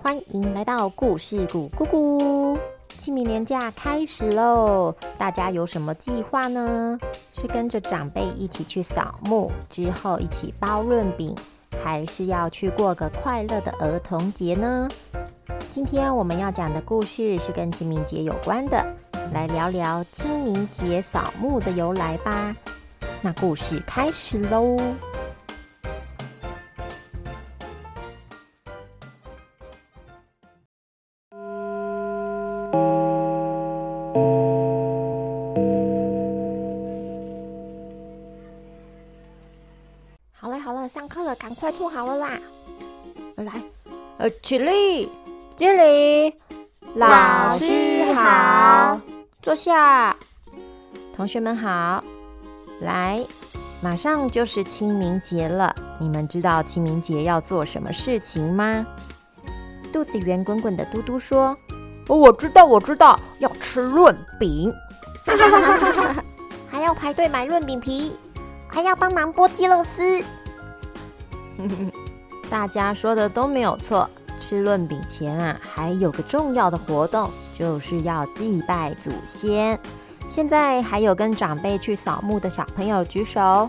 欢迎来到故事谷咕咕。清明连假开始喽，大家有什么计划呢？是跟着长辈一起去扫墓，之后一起包润饼，还是要去过个快乐的儿童节呢？今天我们要讲的故事是跟清明节有关的，来聊聊清明节扫墓的由来吧。那故事开始喽。好了，上课了，赶快坐好了啦！来，起立，敬礼， 老师好， 坐下。同学们好，来，马上就是清明节了，你们知道清明节要做什么事情吗？肚子圆滚滚的嘟嘟说：“ 我知道，要吃润饼， 还要排队买润饼皮，还要帮忙剥鸡肉丝。”大家说的都没有错，吃润饼前啊，还有个重要的活动，就是要祭拜祖先。现在还有跟长辈去扫墓的小朋友举手。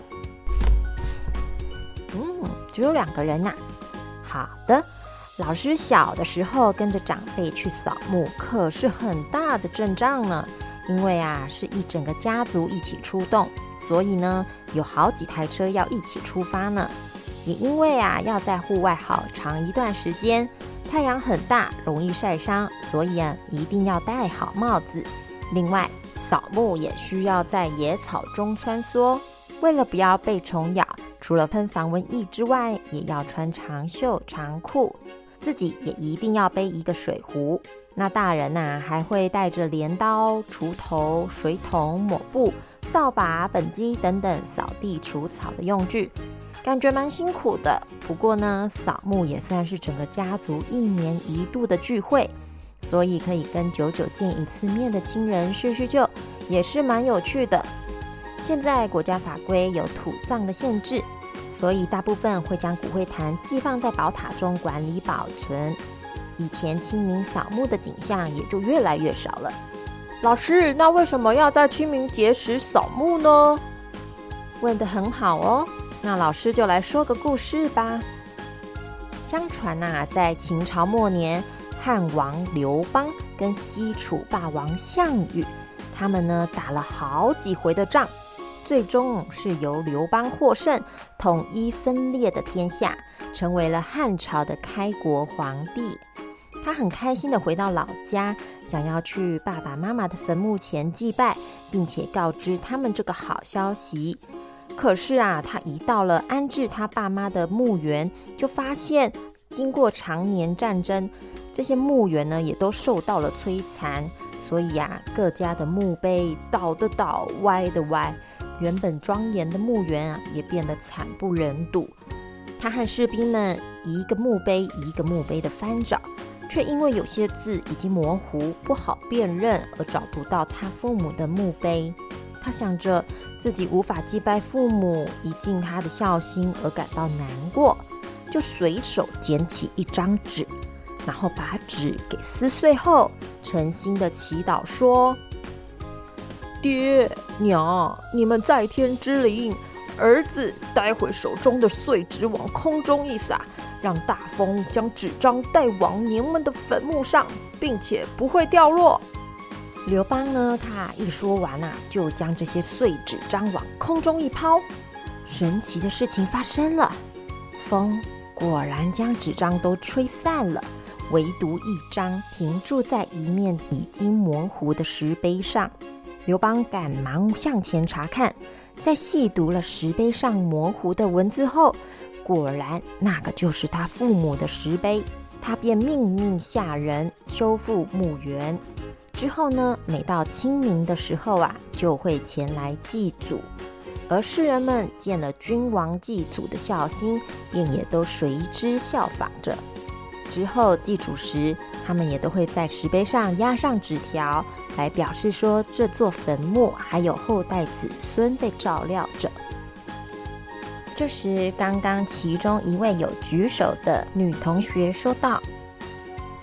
只有2个人啊。好的，老师小的时候跟着长辈去扫墓，可是很大的阵仗呢，因为啊是一整个家族一起出动，所以呢有好几台车要一起出发呢。也因为啊要在户外好长一段时间，太阳很大，容易晒伤，所以啊一定要戴好帽子。另外，扫墓也需要在野草中穿梭，为了不要被虫咬，除了喷防蚊液之外，也要穿长袖长裤，自己也一定要背一个水壶。那大人啊还会带着镰刀、锄头、水桶、抹布、扫把、本机等等扫地除草的用具，感觉蛮辛苦的。不过呢，扫墓也算是整个家族1年1度的聚会，所以可以跟久久见一次面的亲人叙叙旧，也是蛮有趣的。现在国家法规有土葬的限制，所以大部分会将骨灰坛寄放在宝塔中管理保存。以前清明扫墓的景象也就越来越少了。 老师，那为什么要在清明节时扫墓呢？ 问得很好哦，那老师就来说个故事吧。相传啊，在秦朝末年，汉王刘邦跟西楚霸王项羽，他们呢打了好几回的仗，最终是由刘邦获胜，统一分裂的天下，成为了汉朝的开国皇帝。他很开心的回到老家，想要去爸爸妈妈的坟墓前祭拜，并且告知他们这个好消息。可是啊，他一到了安置他爸妈的墓园，就发现经过常年战争，这些墓园呢也都受到了摧残，所以啊，各家的墓碑倒的倒，歪的歪，原本庄严的墓园啊也变得惨不忍睹。他和士兵们一个墓碑一个墓碑的翻找，却因为有些字已经模糊，不好辨认，而找不到他父母的墓碑。他想着自己无法祭拜父母，以尽他的孝心而感到难过，就随手捡起一张纸，然后把纸给撕碎后，诚心的祈祷说： 爹娘，你们在天之灵，儿子待会手中的碎纸往空中一撒，让大风将纸张带往你们的坟墓上，并且不会掉落。 刘邦呢，他一说完啊，就将这些碎纸张往空中一抛，神奇的事情发生了，风果然将纸张都吹散了，唯独一张停住在一面已经模糊的石碑上。刘邦赶忙向前查看，在细读了石碑上模糊的文字后，果然那个就是他父母的石碑。他便命令下人修复墓园。之后呢，每到清明的时候啊，就会前来祭祖，而士人们见了君王祭祖的孝心，便也都随之效仿着。之后祭祖时，他们也都会在石碑上压上纸条，来表示说这座坟墓还有后代子孙在照料着。这时，刚刚其中一位有举手的女同学说道：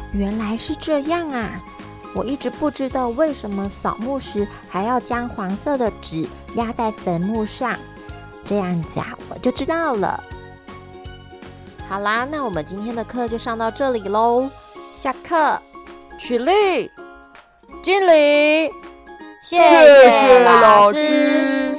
原来是这样啊！我一直不知道为什么扫墓时还要将黄色的纸压在坟墓上，这样子啊，我就知道了。好啦，那我们今天的课就上到这里咯。下课， 起立，敬礼， 谢谢老师。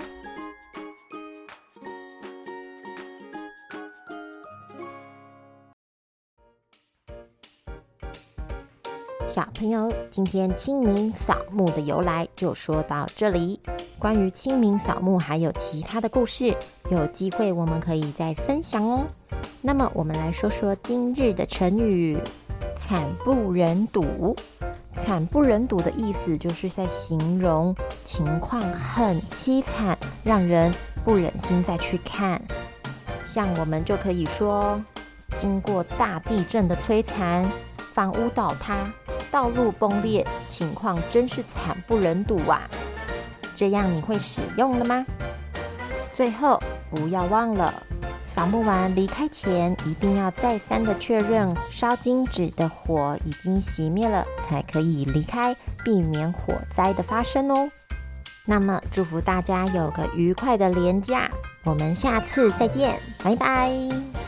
小朋友，今天清明扫墓的由来就说到这里。关于清明扫墓还有其他的故事，有机会我们可以再分享哦。那么我们来说说今日的成语惨不忍睹。惨不忍睹的意思就是在形容情况很凄惨，让人不忍心再去看。像我们就可以说，经过大地震的摧残，房屋倒塌，道路崩裂，情况真是惨不忍睹啊！这样你会使用了吗？最后不要忘了，扫墓完离开前一定要再三的确认烧金纸的火已经熄灭了，才可以离开，避免火灾的发生哦。那么祝福大家有个愉快的连假，我们下次再见，拜拜。